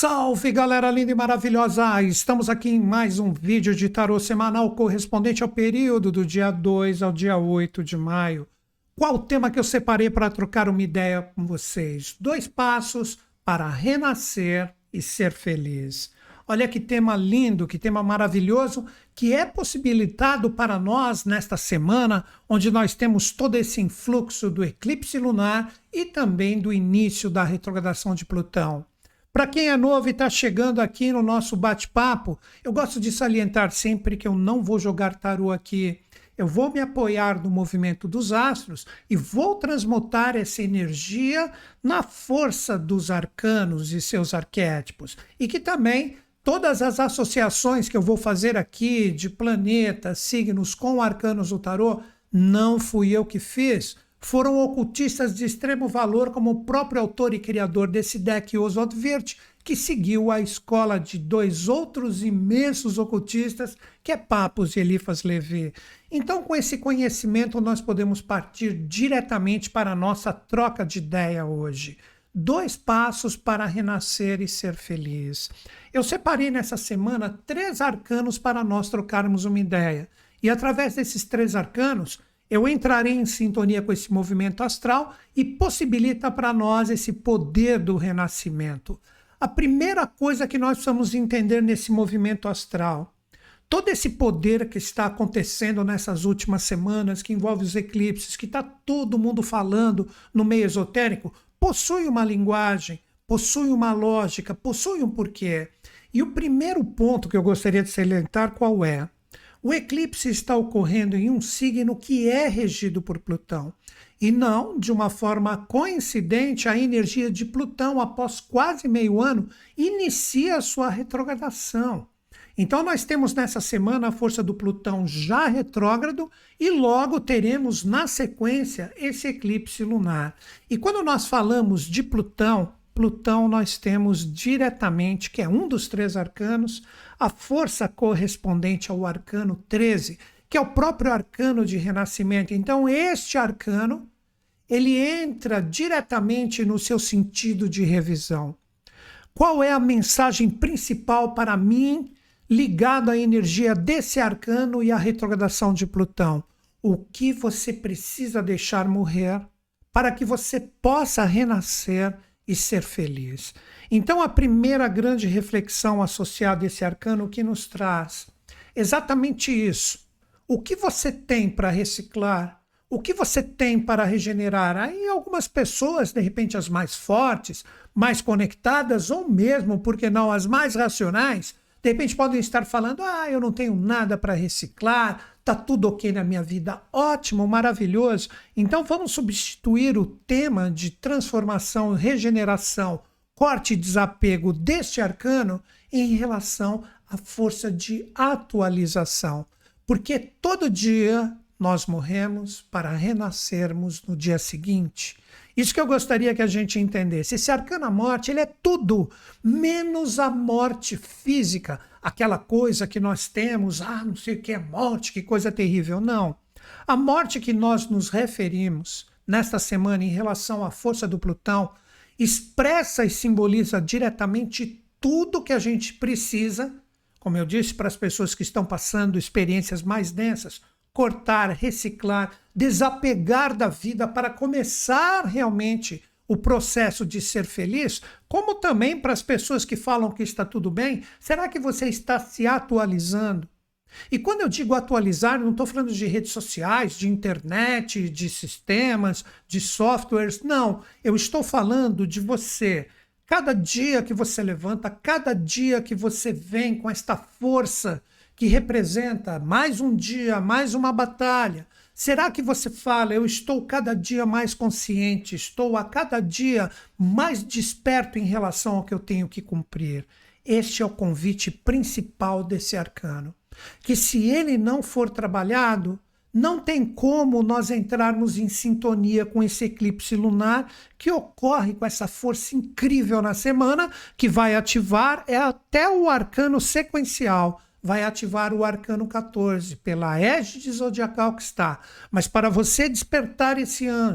Salve, galera linda e maravilhosa! Estamos aqui em mais um vídeo de tarô semanal correspondente ao período do dia 2 ao dia 8 de maio. Qual o tema que eu separei para trocar uma ideia com vocês? 2 passos para renascer e ser feliz. Olha que tema lindo, que tema maravilhoso, que é possibilitado para nós nesta semana, onde nós temos todo esse influxo do eclipse lunar e também do início da retrogradação de Plutão. Para quem é novo e está chegando aqui no nosso bate-papo, eu gosto de salientar sempre que eu não vou jogar tarô aqui. Eu vou me apoiar no movimento dos astros e vou transmutar essa energia na força dos arcanos e seus arquétipos. E que também todas as associações que eu vou fazer aqui de planetas, signos com arcanos do tarô, não fui eu que fiz. Foram ocultistas de extremo valor, como o próprio autor e criador desse deck, Oswald Wirth, que seguiu a escola de 2 outros imensos ocultistas, que é Papus e Eliphas Levi. Então, com esse conhecimento, nós podemos partir diretamente para a nossa troca de ideia hoje. 2 passos para renascer e ser feliz. Eu separei nessa semana 3 arcanos para nós trocarmos uma ideia. E através desses 3 arcanos, eu entrarei em sintonia com esse movimento astral e possibilita para nós esse poder do renascimento. A primeira coisa que nós precisamos entender nesse movimento astral, todo esse poder que está acontecendo nessas últimas semanas, que envolve os eclipses, que está todo mundo falando no meio esotérico, possui uma linguagem, possui uma lógica, possui um porquê. E o primeiro ponto que eu gostaria de salientar qual é? O eclipse está ocorrendo em um signo que é regido por Plutão. E não, de uma forma coincidente, a energia de Plutão, após quase meio ano, inicia a sua retrogradação. Então nós temos nessa semana a força do Plutão já retrógrado e logo teremos na sequência esse eclipse lunar. E quando nós falamos de Plutão nós temos diretamente, que é um dos 3 arcanos, a força correspondente ao arcano 13, que é o próprio arcano de renascimento. Então este arcano, ele entra diretamente no seu sentido de revisão. Qual é a mensagem principal para mim ligado à energia desse arcano e à retrogradação de Plutão? O que você precisa deixar morrer para que você possa renascer e ser feliz. Então a primeira grande reflexão associada a esse arcano que nos traz exatamente isso. O que você tem para reciclar? O que você tem para regenerar? Aí algumas pessoas, de repente as mais fortes, mais conectadas, ou mesmo, por que não, as mais racionais, de repente podem estar falando, eu não tenho nada para reciclar, tá tudo ok na minha vida, ótimo, maravilhoso. Então vamos substituir o tema de transformação, regeneração, corte e desapego deste arcano em relação à força de atualização. Porque todo dia nós morremos para renascermos no dia seguinte. Isso que eu gostaria que a gente entendesse. Esse arcano à morte, ele é tudo, menos a morte física, aquela coisa que nós temos, não sei o que é morte, que coisa terrível. Não. A morte que nós nos referimos nesta semana em relação à força do Plutão expressa e simboliza diretamente tudo que a gente precisa, como eu disse para as pessoas que estão passando experiências mais densas, cortar, reciclar, desapegar da vida para começar realmente o processo de ser feliz, como também para as pessoas que falam que está tudo bem, será que você está se atualizando? E quando eu digo atualizar, não estou falando de redes sociais, de internet, de sistemas, de softwares, não. Eu estou falando de você. Cada dia que você levanta, cada dia que você vem com esta força que representa mais um dia, mais uma batalha. Será que você fala, eu estou cada dia mais consciente, estou a cada dia mais desperto em relação ao que eu tenho que cumprir? Este é o convite principal desse arcano. Que se ele não for trabalhado, não tem como nós entrarmos em sintonia com esse eclipse lunar que ocorre com essa força incrível na semana, que vai ativar até o arcano sequencial, vai ativar o arcano 14, pela égide zodiacal que está. Mas para você despertar esse anjo,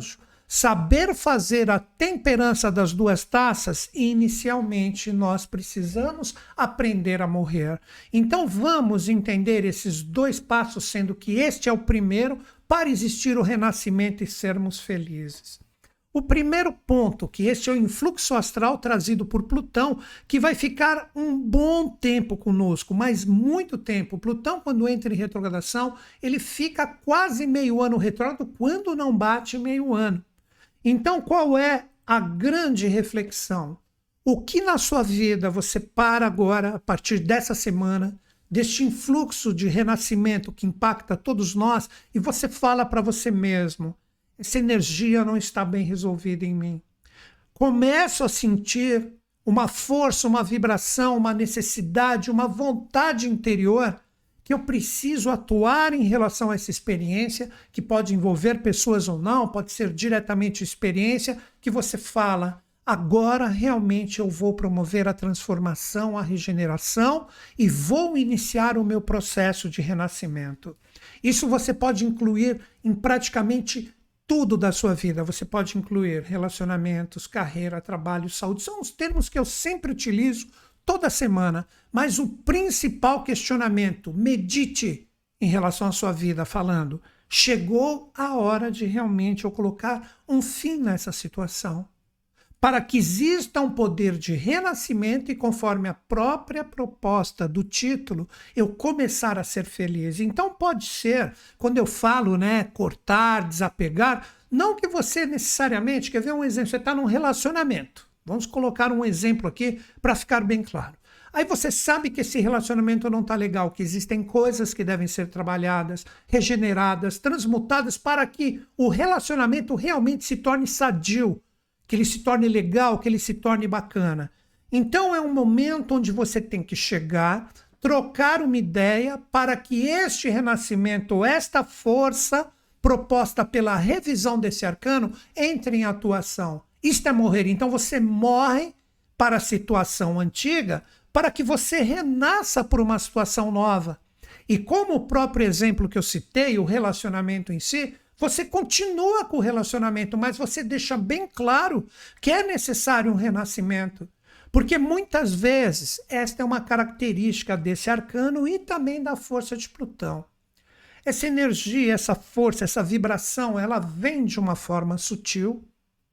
saber fazer a temperança das duas taças, inicialmente nós precisamos aprender a morrer. Então vamos entender esses dois passos, sendo que este é o primeiro para existir o renascimento e sermos felizes. O primeiro ponto, que este é o influxo astral trazido por Plutão, que vai ficar um bom tempo conosco, mas muito tempo. Plutão, quando entra em retrogradação, ele fica quase meio ano retrógrado, quando não bate meio ano. Então, qual é a grande reflexão? O que na sua vida você para agora, a partir dessa semana, deste influxo de renascimento que impacta todos nós, e você fala para você mesmo: essa energia não está bem resolvida em mim. Começo a sentir uma força, uma vibração, uma necessidade, uma vontade interior que eu preciso atuar em relação a essa experiência, que pode envolver pessoas ou não, pode ser diretamente experiência, que você fala: agora realmente eu vou promover a transformação, a regeneração e vou iniciar o meu processo de renascimento. Isso você pode incluir em praticamente tudo da sua vida. Você pode incluir relacionamentos, carreira, trabalho, saúde. São os termos que eu sempre utilizo toda semana. Mas o principal questionamento, medite em relação à sua vida, falando: chegou a hora de realmente eu colocar um fim nessa situação, para que exista um poder de renascimento e, conforme a própria proposta do título, eu começar a ser feliz. Então pode ser, quando eu falo, cortar, desapegar, não que você necessariamente, quer ver um exemplo, você está num relacionamento. Vamos colocar um exemplo aqui para ficar bem claro. Aí você sabe que esse relacionamento não está legal, que existem coisas que devem ser trabalhadas, regeneradas, transmutadas para que o relacionamento realmente se torne sadio, que ele se torne legal, que ele se torne bacana. Então é um momento onde você tem que chegar, trocar uma ideia para que este renascimento, esta força proposta pela revisão desse arcano, entre em atuação. Isto é morrer. Então você morre para a situação antiga, para que você renasça por uma situação nova. E como o próprio exemplo que eu citei, o relacionamento em si, você continua com o relacionamento, mas você deixa bem claro que é necessário um renascimento. Porque muitas vezes esta é uma característica desse arcano e também da força de Plutão. Essa energia, essa força, essa vibração, ela vem de uma forma sutil.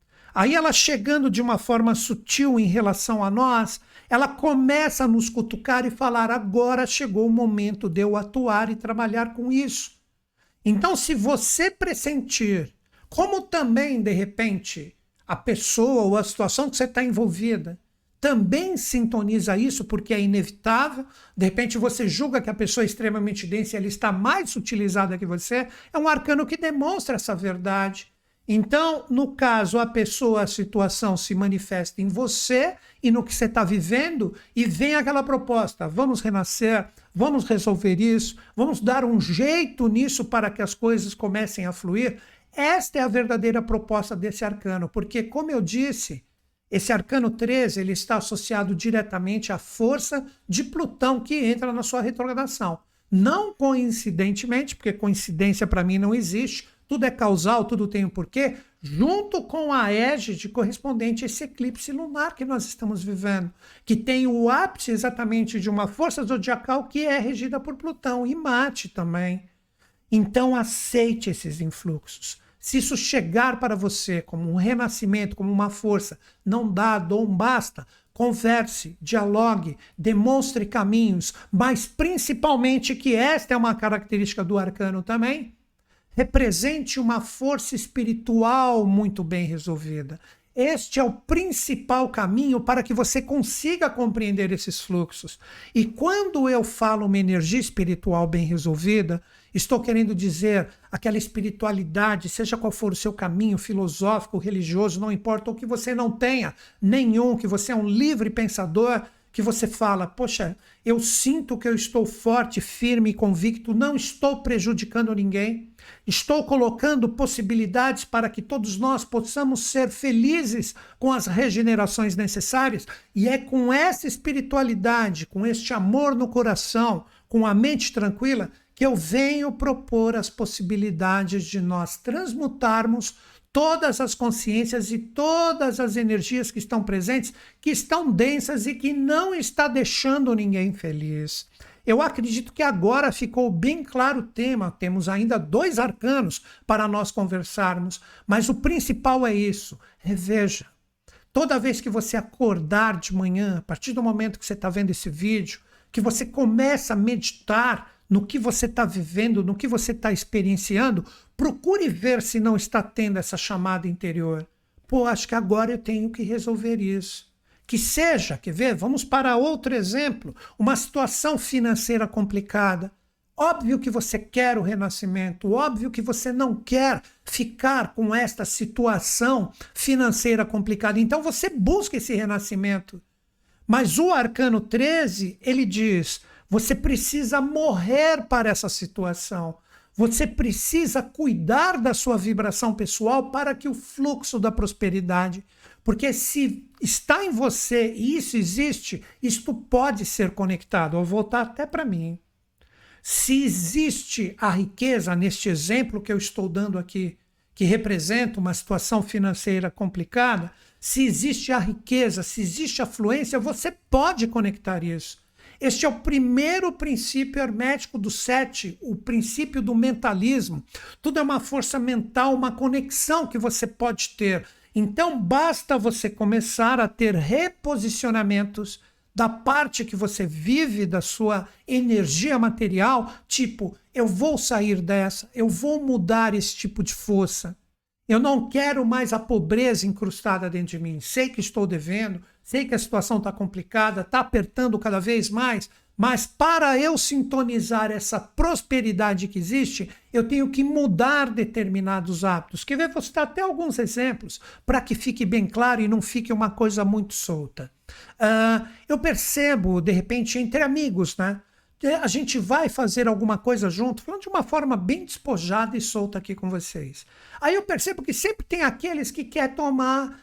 Aí ela chegando de uma forma sutil em relação a nós, ela começa a nos cutucar e falar: agora chegou o momento de eu atuar e trabalhar com isso. Então, se você pressentir, como também, de repente, a pessoa ou a situação que você está envolvida também sintoniza isso, porque é inevitável, de repente você julga que a pessoa é extremamente densa e ela está mais sutilizada que você, é um arcano que demonstra essa verdade. Então, no caso, a pessoa, a situação se manifesta em você e no que você está vivendo, e vem aquela proposta: vamos renascer, vamos resolver isso, vamos dar um jeito nisso para que as coisas comecem a fluir. Esta é a verdadeira proposta desse arcano, porque, como eu disse, esse arcano 13 ele está associado diretamente à força de Plutão que entra na sua retrogradação. Não coincidentemente, porque coincidência para mim não existe, tudo é causal, tudo tem um porquê, junto com a égide correspondente a esse eclipse lunar que nós estamos vivendo, que tem o ápice exatamente de uma força zodiacal que é regida por Plutão e Marte também. Então aceite esses influxos. Se isso chegar para você como um renascimento, como uma força, não dá, não basta, converse, dialogue, demonstre caminhos, mas principalmente que esta é uma característica do arcano também, represente uma força espiritual muito bem resolvida. Este é o principal caminho para que você consiga compreender esses fluxos. E quando eu falo uma energia espiritual bem resolvida, estou querendo dizer aquela espiritualidade, seja qual for o seu caminho filosófico, religioso, não importa, ou que você não tenha nenhum, que você é um livre pensador, que você fala: poxa, eu sinto que eu estou forte, firme e convicto, não estou prejudicando ninguém, estou colocando possibilidades para que todos nós possamos ser felizes com as regenerações necessárias, e é com essa espiritualidade, com este amor no coração, com a mente tranquila, que eu venho propor as possibilidades de nós transmutarmos todas as consciências e todas as energias que estão presentes, que estão densas e que não está deixando ninguém feliz. Eu acredito que agora ficou bem claro o tema. Temos ainda 2 arcanos para nós conversarmos, mas o principal é isso. Reveja. Toda vez que você acordar de manhã, a partir do momento que você está vendo esse vídeo, que você começa a meditar no que você está vivendo, no que você está experienciando, procure ver se não está tendo essa chamada interior. Pô, acho que agora eu tenho que resolver isso. Que seja, quer ver? Vamos para outro exemplo, uma situação financeira complicada. Óbvio que você quer o renascimento, óbvio que você não quer ficar com esta situação financeira complicada. Então você busca esse renascimento. Mas o arcano 13, ele diz, você precisa morrer para essa situação. Você precisa cuidar da sua vibração pessoal para que o fluxo da prosperidade, porque se está em você e isso existe, isto pode ser conectado. Eu vou voltar até para mim. Se existe a riqueza, neste exemplo que eu estou dando aqui, que representa uma situação financeira complicada, se existe a riqueza, se existe a fluência, você pode conectar isso. Este é o primeiro princípio hermético do 7, o princípio do mentalismo. Tudo é uma força mental, uma conexão que você pode ter. Então, basta você começar a ter reposicionamentos da parte que você vive, da sua energia material, tipo, eu vou sair dessa, eu vou mudar esse tipo de força. Eu não quero mais a pobreza incrustada dentro de mim. Sei que estou devendo, sei que a situação está complicada, está apertando cada vez mais, mas para eu sintonizar essa prosperidade que existe, eu tenho que mudar determinados hábitos. Quer ver? Vou citar até alguns exemplos para que fique bem claro e não fique uma coisa muito solta. Eu percebo, de repente, entre amigos, né? A gente vai fazer alguma coisa junto, falando de uma forma bem despojada e solta aqui com vocês. Aí eu percebo que sempre tem aqueles que querem tomar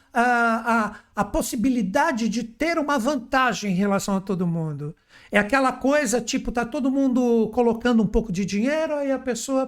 a possibilidade de ter uma vantagem em relação a todo mundo. É aquela coisa, tipo, tá todo mundo colocando um pouco de dinheiro e a pessoa,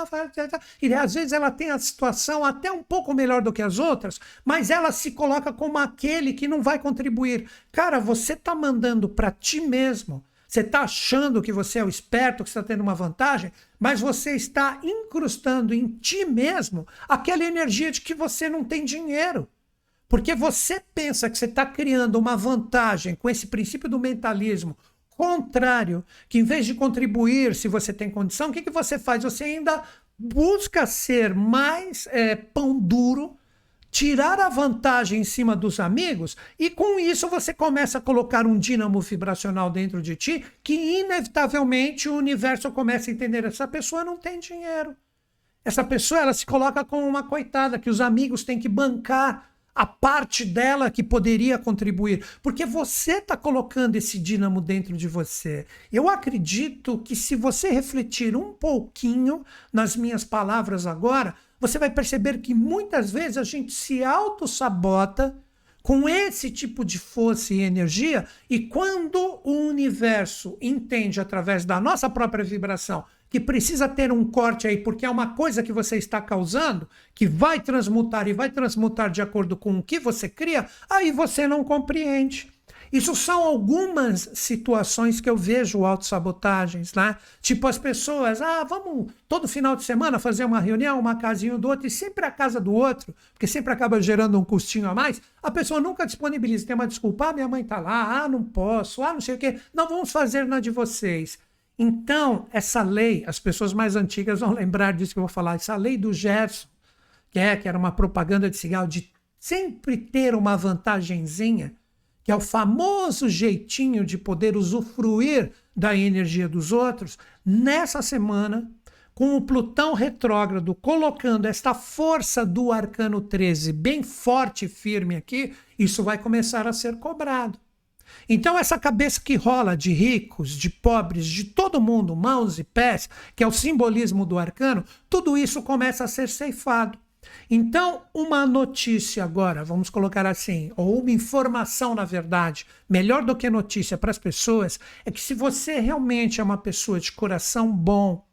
e às vezes ela tem a situação até um pouco melhor do que as outras, mas ela se coloca como aquele que não vai contribuir. Cara, você tá mandando para ti mesmo. Você está achando que você é o esperto, que você está tendo uma vantagem, mas você está incrustando em ti mesmo aquela energia de que você não tem dinheiro. Porque você pensa que você está criando uma vantagem com esse princípio do mentalismo contrário, que em vez de contribuir, se você tem condição, o que você faz? Você ainda busca ser mais pão duro, tirar a vantagem em cima dos amigos, e com isso você começa a colocar um dínamo vibracional dentro de ti, que inevitavelmente o universo começa a entender, essa pessoa não tem dinheiro. Essa pessoa, ela se coloca como uma coitada, que os amigos têm que bancar a parte dela que poderia contribuir, porque você está colocando esse dínamo dentro de você. Eu acredito que se você refletir um pouquinho nas minhas palavras agora, você vai perceber que muitas vezes a gente se auto-sabota com esse tipo de força e energia, e quando o universo entende através da nossa própria vibração que precisa ter um corte aí, porque é uma coisa que você está causando, que vai transmutar e vai transmutar de acordo com o que você cria, aí você não compreende. Isso são algumas situações que eu vejo autossabotagens, né? Tipo as pessoas, vamos todo final de semana fazer uma reunião, uma casinha do outro, e sempre a casa do outro, porque sempre acaba gerando um custinho a mais, a pessoa nunca disponibiliza, tem uma desculpa, minha mãe tá lá, não posso, não sei o quê, não, vamos fazer na de vocês. Então, essa lei, as pessoas mais antigas vão lembrar disso que eu vou falar, essa lei do Gerson, que era uma propaganda de cigarro, de sempre ter uma vantagenzinha, que é o famoso jeitinho de poder usufruir da energia dos outros, nessa semana, com o Plutão retrógrado colocando esta força do arcano 13 bem forte e firme aqui, isso vai começar a ser cobrado. Então essa cabeça que rola de ricos, de pobres, de todo mundo, mãos e pés, que é o simbolismo do arcano, tudo isso começa a ser ceifado. Então, uma notícia agora, vamos colocar assim, ou uma informação, na verdade, melhor do que notícia para as pessoas, é que se você realmente é uma pessoa de coração bom,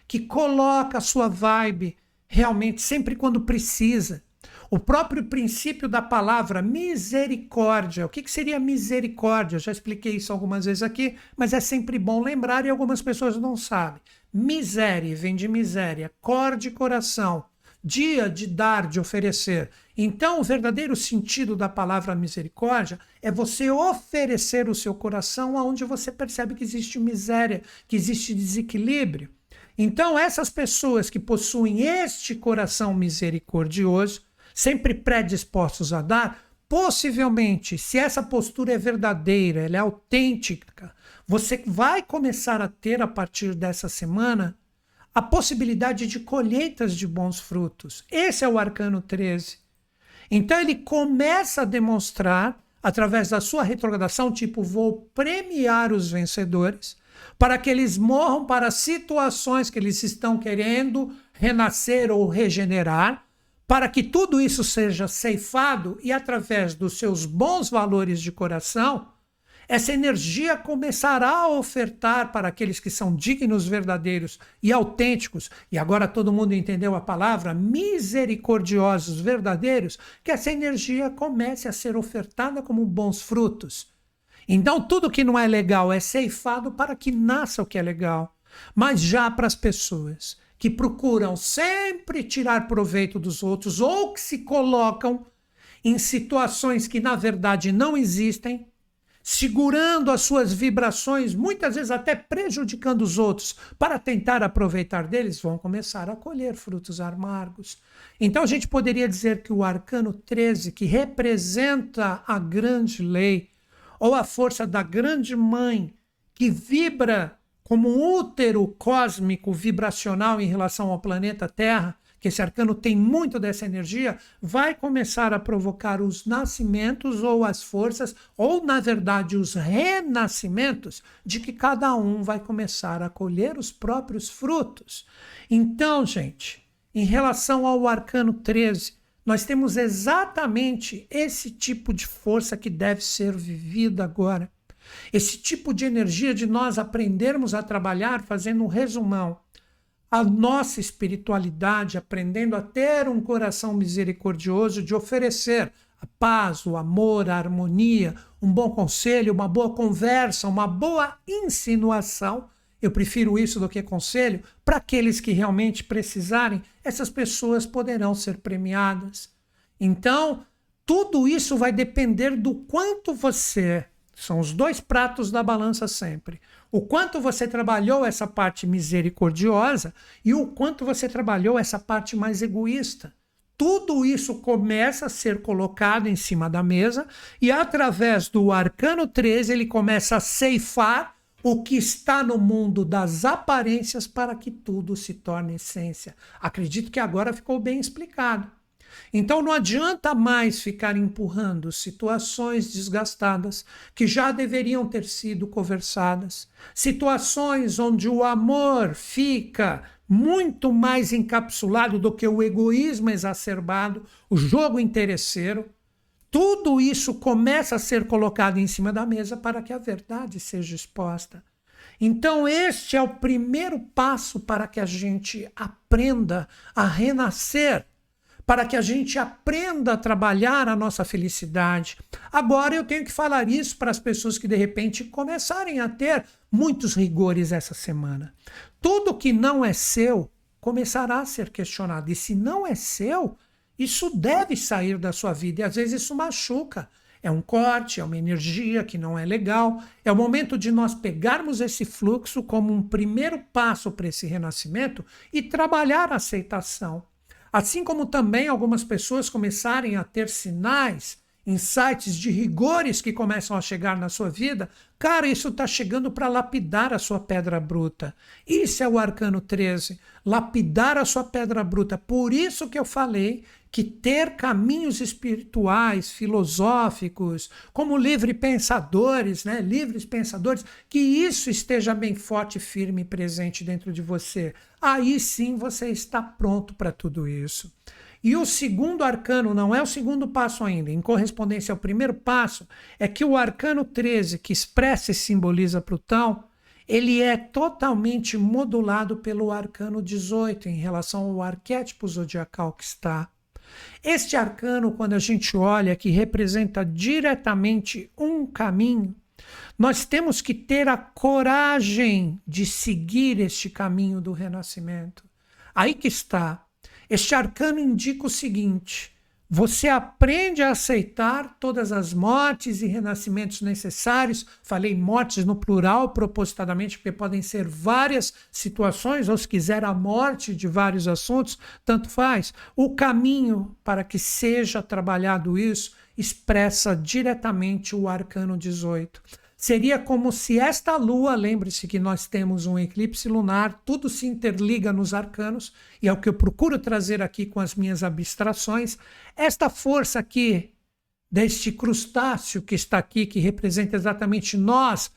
que coloca a sua vibe realmente sempre quando precisa. O próprio princípio da palavra misericórdia. O que seria misericórdia? Eu já expliquei isso algumas vezes aqui, mas é sempre bom lembrar e algumas pessoas não sabem. Miséria vem de miséria, cor de coração, dia de dar, de oferecer. Então, o verdadeiro sentido da palavra misericórdia é você oferecer o seu coração aonde você percebe que existe miséria, que existe desequilíbrio. Então, essas pessoas que possuem este coração misericordioso, sempre predispostos a dar, possivelmente, se essa postura é verdadeira, ela é autêntica, você vai começar a ter, a partir dessa semana, a possibilidade de colheitas de bons frutos. Esse é o arcano 13. Então ele começa a demonstrar, através da sua retrogradação, tipo, vou premiar os vencedores, para que eles morram para situações que eles estão querendo renascer ou regenerar, para que tudo isso seja ceifado e, através dos seus bons valores de coração, essa energia começará a ofertar para aqueles que são dignos, verdadeiros e autênticos, e agora todo mundo entendeu a palavra, misericordiosos, verdadeiros, que essa energia comece a ser ofertada como bons frutos. Então tudo que não é legal é ceifado para que nasça o que é legal. Mas já para as pessoas que procuram sempre tirar proveito dos outros ou que se colocam em situações que na verdade não existem, segurando as suas vibrações, muitas vezes até prejudicando os outros para tentar aproveitar deles, vão começar a colher frutos amargos. Então a gente poderia dizer que o arcano 13, que representa a grande lei, ou a força da grande mãe, que vibra como um útero cósmico vibracional em relação ao planeta Terra, que esse arcano tem muito dessa energia, vai começar a provocar os nascimentos ou as forças, ou na verdade os renascimentos, de que cada um vai começar a colher os próprios frutos. Então, gente, em relação ao arcano 13, nós temos exatamente esse tipo de força que deve ser vivida agora. Esse tipo de energia de nós aprendermos a trabalhar, fazendo um resumão, a nossa espiritualidade, aprendendo a ter um coração misericordioso, de oferecer a paz, o amor, a harmonia, um bom conselho, uma boa conversa, uma boa insinuação. Eu prefiro isso do que conselho. Para aqueles que realmente precisarem, essas pessoas poderão ser premiadas. Então, tudo isso vai depender do quanto você... São os dois pratos da balança sempre. O quanto você trabalhou essa parte misericordiosa e o quanto você trabalhou essa parte mais egoísta. Tudo isso começa a ser colocado em cima da mesa e, através do arcano 13, ele começa a ceifar o que está no mundo das aparências para que tudo se torne essência. Acredito que agora ficou bem explicado. Então não adianta mais ficar empurrando situações desgastadas que já deveriam ter sido conversadas, situações onde o amor fica muito mais encapsulado do que o egoísmo exacerbado, o jogo interesseiro. Tudo isso começa a ser colocado em cima da mesa para que a verdade seja exposta. Então este é o primeiro passo para que a gente aprenda a renascer, para que a gente aprenda a trabalhar a nossa felicidade. Agora eu tenho que falar isso para as pessoas que de repente começarem a ter muitos rigores essa semana. Tudo que não é seu começará a ser questionado. E se não é seu, isso deve sair da sua vida. E às vezes isso machuca. É um corte, é uma energia que não é legal. É o momento de nós pegarmos esse fluxo como um primeiro passo para esse renascimento e trabalhar a aceitação. Assim como também algumas pessoas começarem a ter sinais, insights de rigores que começam a chegar na sua vida, cara, isso está chegando para lapidar a sua pedra bruta. Isso é o arcano 13, lapidar a sua pedra bruta. Por isso que eu falei que ter caminhos espirituais, filosóficos, como livres pensadores, que isso esteja bem forte, firme e presente dentro de você. Aí sim você está pronto para tudo isso. E o segundo arcano, não é o segundo passo ainda, em correspondência ao primeiro passo, é que o arcano 13, que expressa e simboliza Plutão, ele é totalmente modulado pelo arcano 18 em relação ao arquétipo zodiacal que está. Este arcano, quando a gente olha, que representa diretamente um caminho, nós temos que ter a coragem de seguir este caminho do renascimento. Aí que está. Este arcano indica o seguinte: você aprende a aceitar todas as mortes e renascimentos necessários. Falei mortes no plural propositadamente, porque podem ser várias situações, ou se quiser a morte de vários assuntos, tanto faz. O caminho para que seja trabalhado isso expressa diretamente o arcano 18. Seria como se esta lua, lembre-se que nós temos um eclipse lunar, tudo se interliga nos arcanos, e é o que eu procuro trazer aqui com as minhas abstrações. Esta força aqui, deste crustáceo que está aqui, que representa exatamente nós,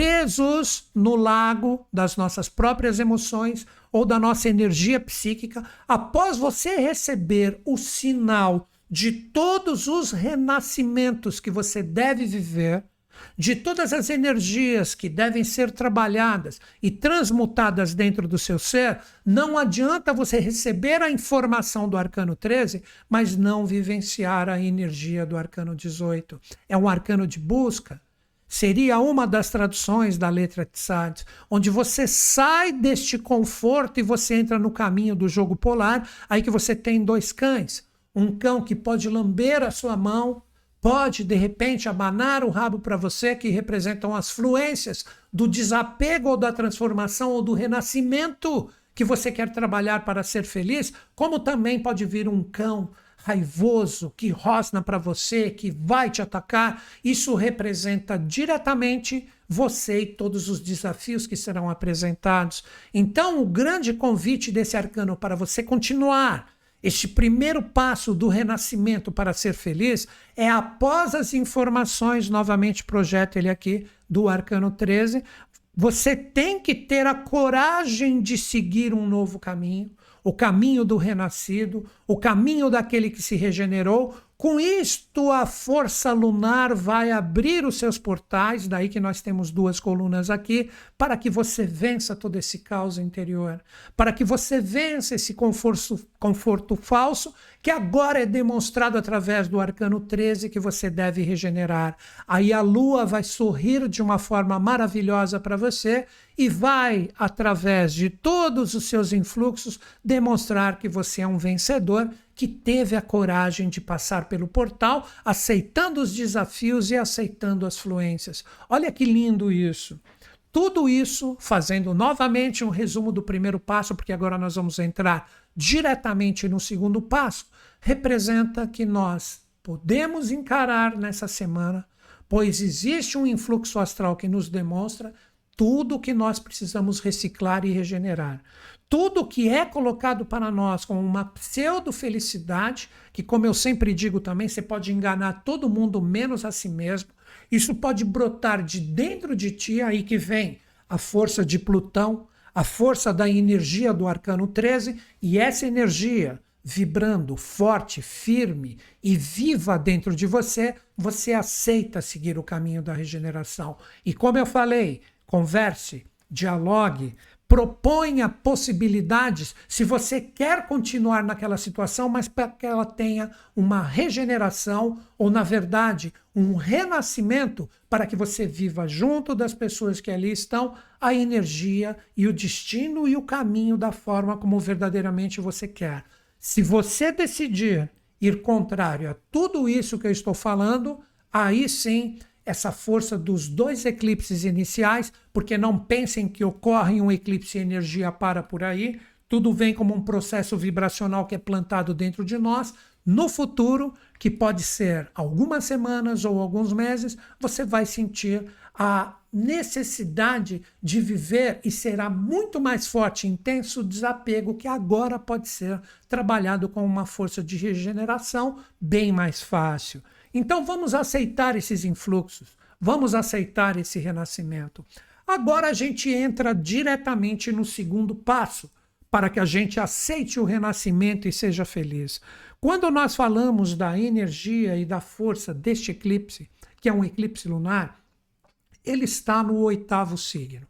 presos no lago das nossas próprias emoções ou da nossa energia psíquica, após você receber o sinal de todos os renascimentos que você deve viver, de todas as energias que devem ser trabalhadas e transmutadas dentro do seu ser, não adianta você receber a informação do arcano 13, mas não vivenciar a energia do arcano 18. É um arcano de busca. Seria uma das traduções da letra Tzad, onde você sai deste conforto e você entra no caminho do jogo polar, aí que você tem dois cães. Um cão que pode lamber a sua mão, pode, de repente, abanar o rabo para você, que representam as fluências do desapego ou da transformação ou do renascimento que você quer trabalhar para ser feliz, como também pode vir um cão raivoso que rosna para você, que vai te atacar. Isso representa diretamente você e todos os desafios que serão apresentados. Então, o grande convite desse arcano para você continuar este primeiro passo do renascimento para ser feliz é, após as informações, novamente projeto ele aqui, do arcano 13, você tem que ter a coragem de seguir um novo caminho, o caminho do renascido, o caminho daquele que se regenerou. Com isto, a força lunar vai abrir os seus portais, daí que nós temos duas colunas aqui, para que você vença todo esse caos interior, para que você vença esse conforto falso, que agora é demonstrado através do arcano 13, que você deve regenerar. Aí a lua vai sorrir de uma forma maravilhosa para você e vai, através de todos os seus influxos, demonstrar que você é um vencedor, que teve a coragem de passar pelo portal, aceitando os desafios e aceitando as fluências. Olha que lindo isso. Tudo isso, fazendo novamente um resumo do primeiro passo, porque agora nós vamos entrar diretamente no segundo passo, representa que nós podemos encarar nessa semana, pois existe um influxo astral que nos demonstra tudo que nós precisamos reciclar e regenerar. Tudo que é colocado para nós como uma pseudo-felicidade, que, como eu sempre digo também, você pode enganar todo mundo menos a si mesmo. Isso pode brotar de dentro de ti, aí que vem a força de Plutão, a força da energia do arcano 13, e essa energia vibrando forte, firme e viva dentro de você, você aceita seguir o caminho da regeneração. E como eu falei, converse, dialogue, proponha possibilidades se você quer continuar naquela situação, mas para que ela tenha uma regeneração ou, na verdade, um renascimento para que você viva junto das pessoas que ali estão a energia e o destino e o caminho da forma como verdadeiramente você quer. Se você decidir ir contrário a tudo isso que eu estou falando, aí sim essa força dos dois eclipses iniciais, porque não pensem que ocorre um eclipse e a energia para por aí, tudo vem como um processo vibracional que é plantado dentro de nós. No futuro, que pode ser algumas semanas ou alguns meses, você vai sentir a necessidade de viver e será muito mais forte e intenso o desapego, que agora pode ser trabalhado com uma força de regeneração bem mais fácil. Então vamos aceitar esses influxos, vamos aceitar esse renascimento. Agora a gente entra diretamente no segundo passo, para que a gente aceite o renascimento e seja feliz. Quando nós falamos da energia e da força deste eclipse, que é um eclipse lunar, ele está no 8º signo.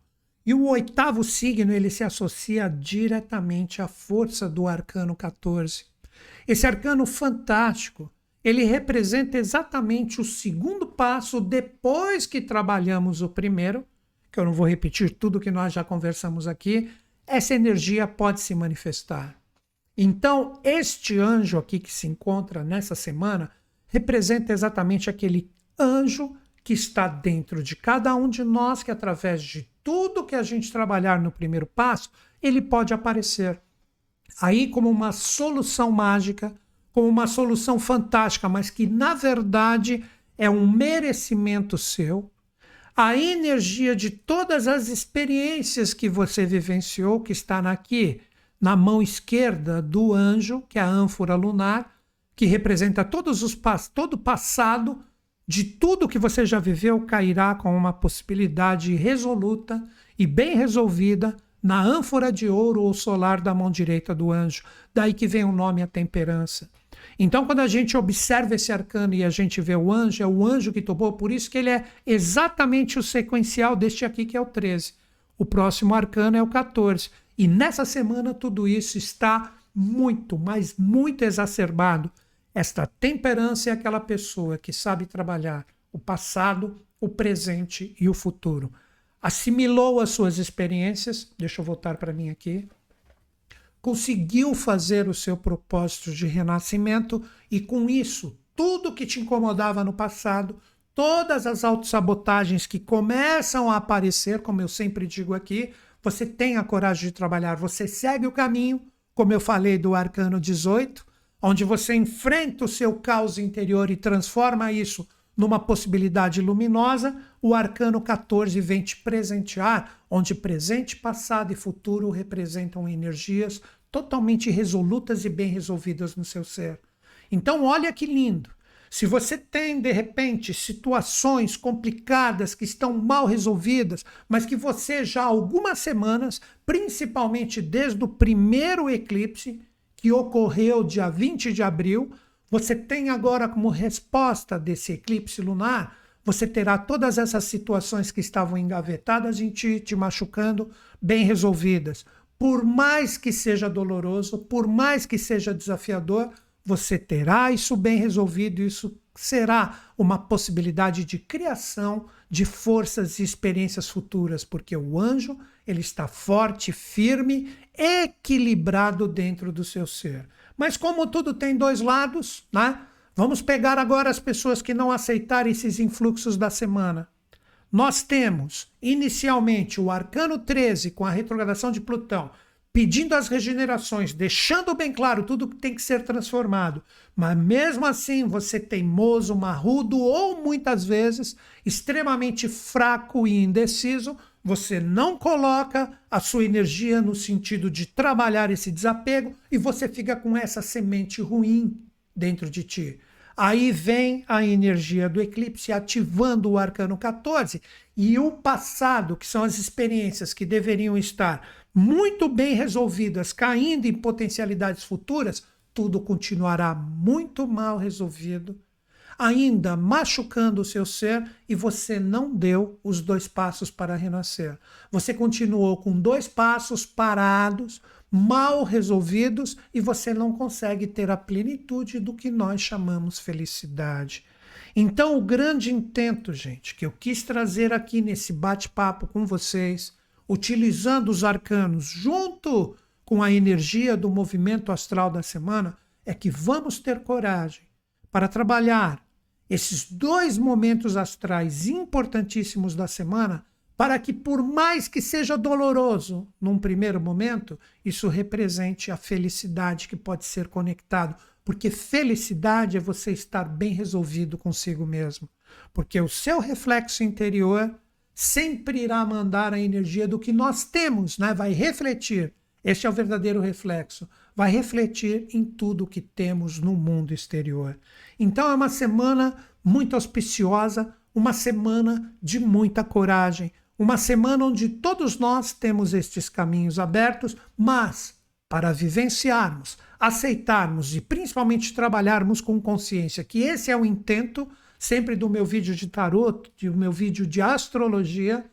E o oitavo signo, ele se associa diretamente à força do arcano 14. Esse arcano fantástico, ele representa exatamente o segundo passo depois que trabalhamos o primeiro, que eu não vou repetir tudo que nós já conversamos aqui. Essa energia pode se manifestar. Então, este anjo aqui que se encontra nessa semana representa exatamente aquele anjo que está dentro de cada um de nós, que através de tudo que a gente trabalhar no primeiro passo, ele pode aparecer aí como uma solução mágica, como uma solução fantástica, mas que na verdade é um merecimento seu. A energia de todas as experiências que você vivenciou, que está aqui na mão esquerda do anjo, que é a ânfora lunar, que representa todo o passado, de tudo que você já viveu, cairá com uma possibilidade resoluta e bem resolvida na ânfora de ouro ou solar da mão direita do anjo. Daí que vem o nome a temperança. Então, quando a gente observa esse arcano e a gente vê o anjo, é o anjo que tomou, por isso que ele é exatamente o sequencial deste aqui, que é o 13. O próximo arcano é o 14. E nessa semana tudo isso está muito, mas muito exacerbado. Esta temperança é aquela pessoa que sabe trabalhar o passado, o presente e o futuro. Assimilou as suas experiências, deixa eu voltar para mim aqui, conseguiu fazer o seu propósito de renascimento e com isso, tudo que te incomodava no passado, todas as autossabotagens que começam a aparecer, como eu sempre digo aqui, você tem a coragem de trabalhar, você segue o caminho, como eu falei do arcano 18, onde você enfrenta o seu caos interior e transforma isso numa possibilidade luminosa. O arcano 14 vem te presentear, onde presente, passado e futuro representam energias totalmente resolutas e bem resolvidas no seu ser. Então, olha que lindo. Se você tem, de repente, situações complicadas que estão mal resolvidas, mas que você já há algumas semanas, principalmente desde o primeiro eclipse, que ocorreu dia 20 de abril, você tem agora como resposta desse eclipse lunar, você terá todas essas situações que estavam engavetadas em ti, te machucando, bem resolvidas. Por mais que seja doloroso, por mais que seja desafiador, você terá isso bem resolvido, isso será uma possibilidade de criação de forças e experiências futuras, porque o anjo, ele está forte, firme, equilibrado dentro do seu ser. Mas como tudo tem dois lados, né? Vamos pegar agora as pessoas que não aceitarem esses influxos da semana. Nós temos, inicialmente, o arcano 13 com a retrogradação de Plutão, pedindo as regenerações, deixando bem claro tudo que tem que ser transformado. Mas mesmo assim, você teimoso, marrudo ou muitas vezes extremamente fraco e indeciso, você não coloca a sua energia no sentido de trabalhar esse desapego e você fica com essa semente ruim dentro de ti. Aí vem a energia do eclipse ativando o arcano 14 e o passado, que são as experiências que deveriam estar muito bem resolvidas, caindo em potencialidades futuras, tudo continuará muito mal resolvido, ainda machucando o seu ser, e você não deu os 2 passos para renascer. Você continuou com 2 passos parados, mal resolvidos, e você não consegue ter a plenitude do que nós chamamos felicidade. Então, o grande intento, gente, que eu quis trazer aqui nesse bate-papo com vocês, utilizando os arcanos junto com a energia do movimento astral da semana, é que vamos ter coragem para trabalhar esses 2 momentos astrais importantíssimos da semana, para que, por mais que seja doloroso num primeiro momento, isso represente a felicidade que pode ser conectado. Porque felicidade é você estar bem resolvido consigo mesmo. Porque o seu reflexo interior sempre irá mandar a energia do que nós temos, né? Vai refletir. Este é o verdadeiro reflexo. Vai refletir em tudo que temos no mundo exterior. Então é uma semana muito auspiciosa, uma semana de muita coragem, uma semana onde todos nós temos estes caminhos abertos, mas para vivenciarmos, aceitarmos e principalmente trabalharmos com consciência, que esse é o intento sempre do meu vídeo de tarot, do meu vídeo de astrologia,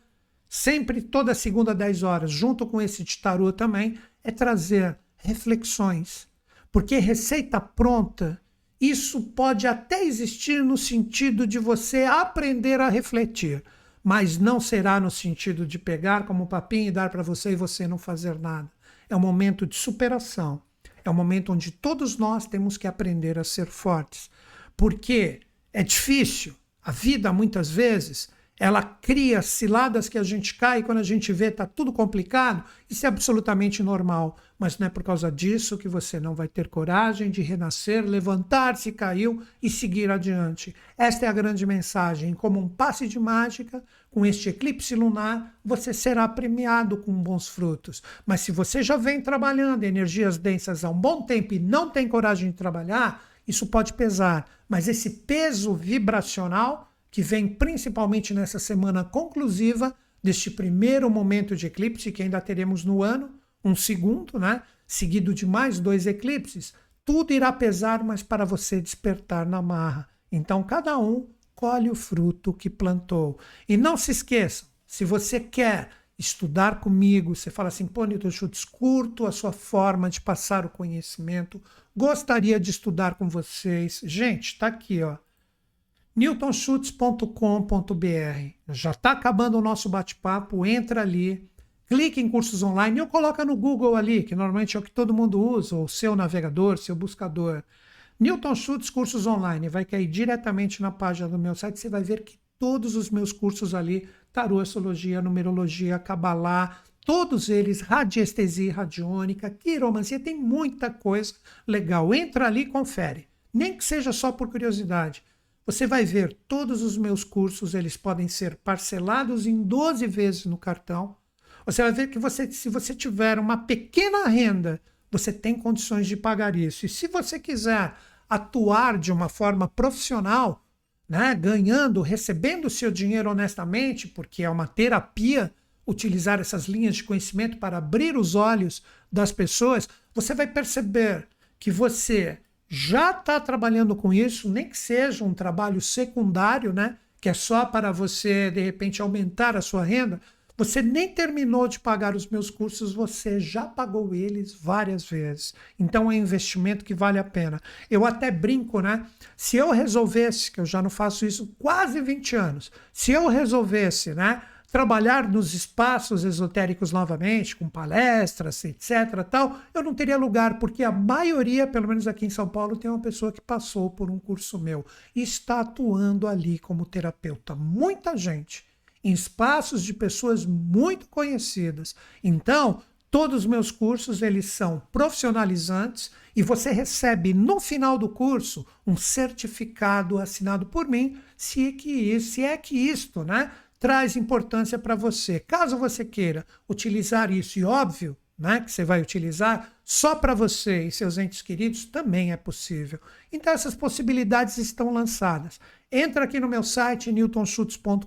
sempre toda segunda, 10 horas, junto com esse de tarô também, é trazer reflexões. Porque receita pronta, isso pode até existir no sentido de você aprender a refletir, mas não será no sentido de pegar como papinho e dar para você e você não fazer nada. É um momento de superação. É um momento onde todos nós temos que aprender a ser fortes. Porque é difícil. A vida, muitas vezes, ela cria ciladas que a gente cai e quando a gente vê está tudo complicado. Isso é absolutamente normal. Mas não é por causa disso que você não vai ter coragem de renascer, levantar-se, caiu e seguir adiante. Esta é a grande mensagem. Como um passe de mágica, com este eclipse lunar, você será premiado com bons frutos. Mas se você já vem trabalhando energias densas há um bom tempo e não tem coragem de trabalhar, isso pode pesar. Mas esse peso vibracional, que vem principalmente nessa semana conclusiva deste primeiro momento de eclipse, que ainda teremos no ano, um segundo, né? Seguido de mais 2 eclipses, tudo irá pesar, mas para você despertar na marra. Então, cada um colhe o fruto que plantou. E não se esqueçam, se você quer estudar comigo, você fala assim, pô, Newton Schultz, curto a sua forma de passar o conhecimento, gostaria de estudar com vocês. Gente, tá aqui, ó. newtonschultz.com.br. Já está acabando o nosso bate-papo, entra ali, clique em cursos online ou coloca no Google ali, que normalmente é o que todo mundo usa, o seu navegador, seu buscador. Newton Schultz Cursos Online, vai cair diretamente na página do meu site, você vai ver que todos os meus cursos ali, tarô, astrologia, numerologia, cabalá, todos eles, radiestesia, radiônica, quiromancia, tem muita coisa legal. Entra ali e confere, nem que seja só por curiosidade. Você vai ver todos os meus cursos, eles podem ser parcelados em 12 vezes no cartão. Você vai ver que se você tiver uma pequena renda, você tem condições de pagar isso. E se você quiser atuar de uma forma profissional, né, ganhando, recebendo o seu dinheiro honestamente, porque é uma terapia utilizar essas linhas de conhecimento para abrir os olhos das pessoas, você vai perceber que você já está trabalhando com isso, nem que seja um trabalho secundário, né, que é só para você, de repente, aumentar a sua renda. Você nem terminou de pagar os meus cursos, você já pagou eles várias vezes. Então é um investimento que vale a pena. Eu até brinco, né? Se eu resolvesse, que eu já não faço isso quase 20 anos, se eu resolvesse, né, trabalhar nos espaços esotéricos novamente, com palestras, etc, tal, eu não teria lugar, porque a maioria, pelo menos aqui em São Paulo, tem uma pessoa que passou por um curso meu e está atuando ali como terapeuta. Muita gente em espaços de pessoas muito conhecidas. Então, todos os meus cursos, eles são profissionalizantes e você recebe no final do curso um certificado assinado por mim, se é que isto, né, traz importância para você. Caso você queira utilizar isso, e óbvio, né, que você vai utilizar só para você e seus entes queridos, também é possível. Então essas possibilidades estão lançadas. Entra aqui no meu site, newtonschultz.com.br,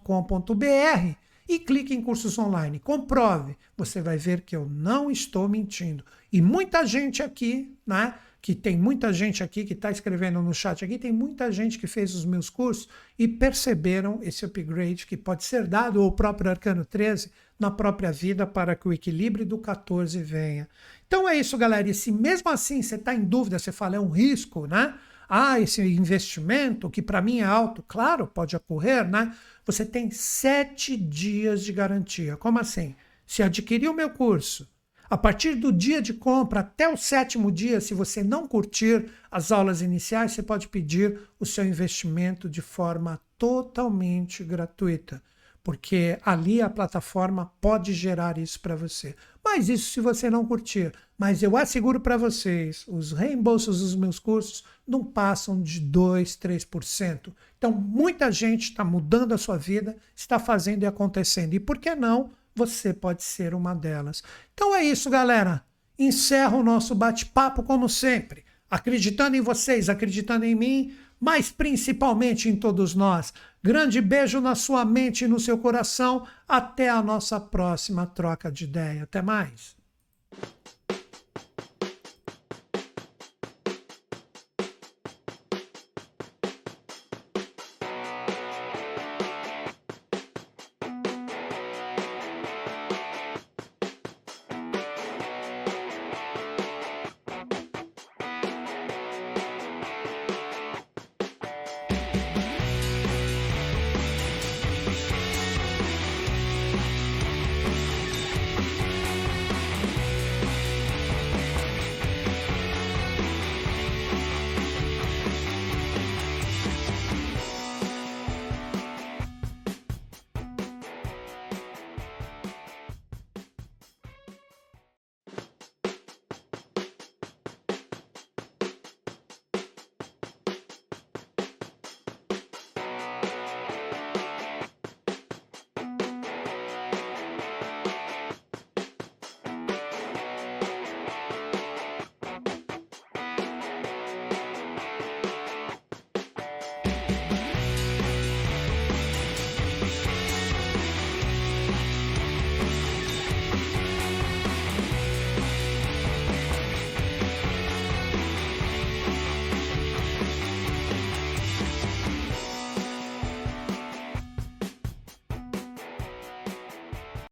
e clique em cursos online. Comprove. Você vai ver que eu não estou mentindo. E muita gente aqui, né, que tem muita gente aqui que está escrevendo no chat aqui, tem muita gente que fez os meus cursos e perceberam esse upgrade que pode ser dado, ou o próprio Arcano 13, na própria vida, para que o equilíbrio do 14 venha. Então é isso, galera. E se mesmo assim você está em dúvida, você fala, é um risco, né? Ah, esse investimento, que para mim é alto, claro, pode ocorrer, né? Você tem 7 dias de garantia. Como assim? Se adquirir o meu curso, a partir do dia de compra até o 7º dia, se você não curtir as aulas iniciais, você pode pedir o seu investimento de forma totalmente gratuita, porque ali a plataforma pode gerar isso para você. Mas isso se você não curtir. Mas eu asseguro para vocês, os reembolsos dos meus cursos não passam de 2%, 3%. Então muita gente está mudando a sua vida, está fazendo e acontecendo. E por que não? Você pode ser uma delas. Então é isso, galera. Encerro o nosso bate-papo como sempre. Acreditando em vocês, acreditando em mim, mas principalmente em todos nós. Grande beijo na sua mente e no seu coração. Até a nossa próxima troca de ideia. Até mais.